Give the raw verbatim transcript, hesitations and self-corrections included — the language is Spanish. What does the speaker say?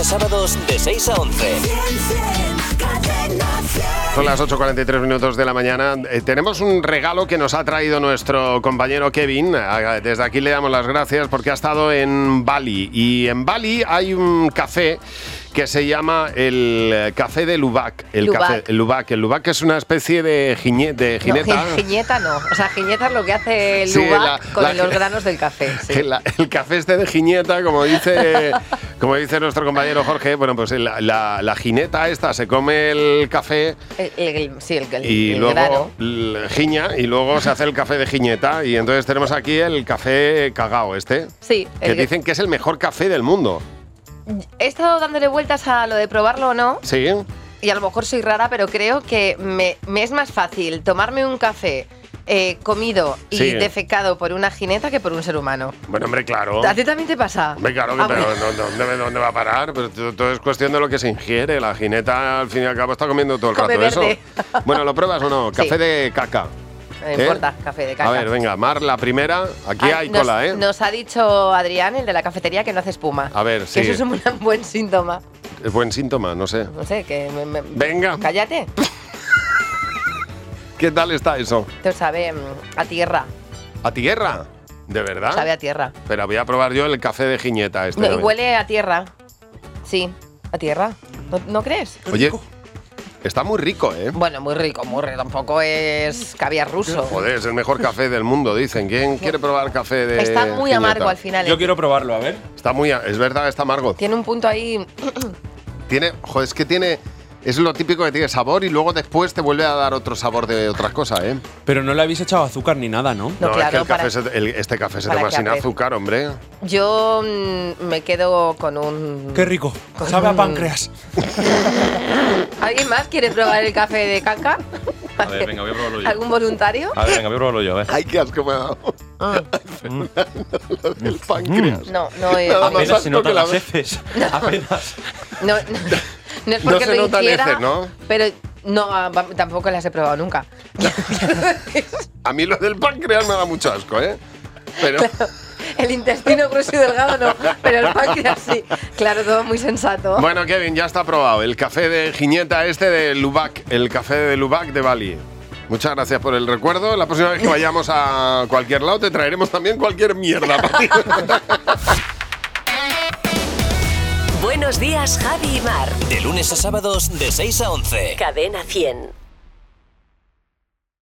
a sábados de seis a once. Son las ocho cuarenta y tres minutos de la mañana. Eh, tenemos un regalo que nos ha traído nuestro compañero Kevin. Desde aquí le damos las gracias porque ha estado en Bali. Y en Bali hay un café que se llama el Café de Luwak. El Luwak. Café, el Luwak. El Luwak es una especie de, giñe, de jineta. No, giñeta no. O sea, giñeta es lo que hace el Sí, Luwak la- con la- los granos del café. Sí. El, el café este de jineta, como dice, como dice nuestro compañero Jorge, bueno, pues la, la, la jineta esta se come el café El, el- el- sí, el, el, y el luego grano. l- giña y luego se hace el café de jiñeta y entonces tenemos aquí el café cagao este, Sí, que el- dicen que es el mejor café del mundo. He estado dándole vueltas a lo de probarlo o no, Sí, y a lo mejor soy rara, pero creo que me, me es más fácil tomarme un café eh, comido y Sí. defecado por una jineta que por un ser humano. bueno, hombre, claro. ¿A ti también te pasa? Hombre, claro, que, Ah, pero bueno. no- no- ¿dónde, ¿dónde va a parar? Pero todo, todo es cuestión de lo que se ingiere. La jineta, al fin y al cabo, está comiendo todo el Come rato verde. eso. Bueno, ¿lo pruebas o no? Sí. Café de caca. No ¿Eh? importa, café de caca. A ver, venga, Mar, la primera. Aquí Ah, hay nos, cola, ¿eh? Nos ha dicho Adrián, el de la cafetería, que no hace espuma. A ver, Que sí. eso es un buen síntoma. Es buen síntoma, no sé. No sé, que... me- me- Venga. Cállate. ¿Qué tal está eso? Te sabe mm, a tierra. ¿A tierra? ¿De verdad? Sabe a tierra. Pero voy a probar yo el café de jiñeta este. No, y también. huele a tierra. Sí, a tierra. ¿No, no crees? Oye, está muy rico, ¿eh? Bueno, muy rico, muy rico. Tampoco es caviar ruso. Joder, es el mejor café del mundo, dicen. ¿Quién quiere probar café de Está muy jiñeta? amargo al final. Yo ¿eh? quiero probarlo, a ver. Está muy... a- Es verdad, está amargo. Tiene un punto ahí... Tiene... Joder, es que tiene... Es lo típico que tiene sabor y luego después te vuelve a dar otro sabor de otras cosas, ¿eh? Pero no le habéis echado azúcar ni nada, ¿no? No, es claro, que el para- café se- el- este café se para toma que sin aprecie. azúcar, hombre. Yo mm, me quedo con un... Qué rico. Sabe a páncreas. ¿Alguien más quiere probar el café de caca? A ver, venga, voy a probarlo yo. ¿Algún voluntario? A ver, venga, voy a probarlo yo, a ver. Ay, qué asco me ha dado. El páncreas. No, no es... Nada más Apenas asco se notan que la las ve- heces. Apenas. No, no, no es No porque se lo notan hiciera, heces, ¿no? pero no, ah, va- tampoco las he probado nunca. A mí lo del páncreas me da mucho asco, ¿eh? Pero... El intestino grueso y delgado no, pero el páncreas sí. Claro, todo muy sensato. Bueno, Kevin, ya está probado. El café de jiñeta este de Luwak. El café de Luwak de Bali. Muchas gracias por el recuerdo. La próxima vez que vayamos a cualquier lado te traeremos también cualquier mierda para ti. Buenos días, Javi y Mar. De lunes a sábados de seis a once. Cadena cien.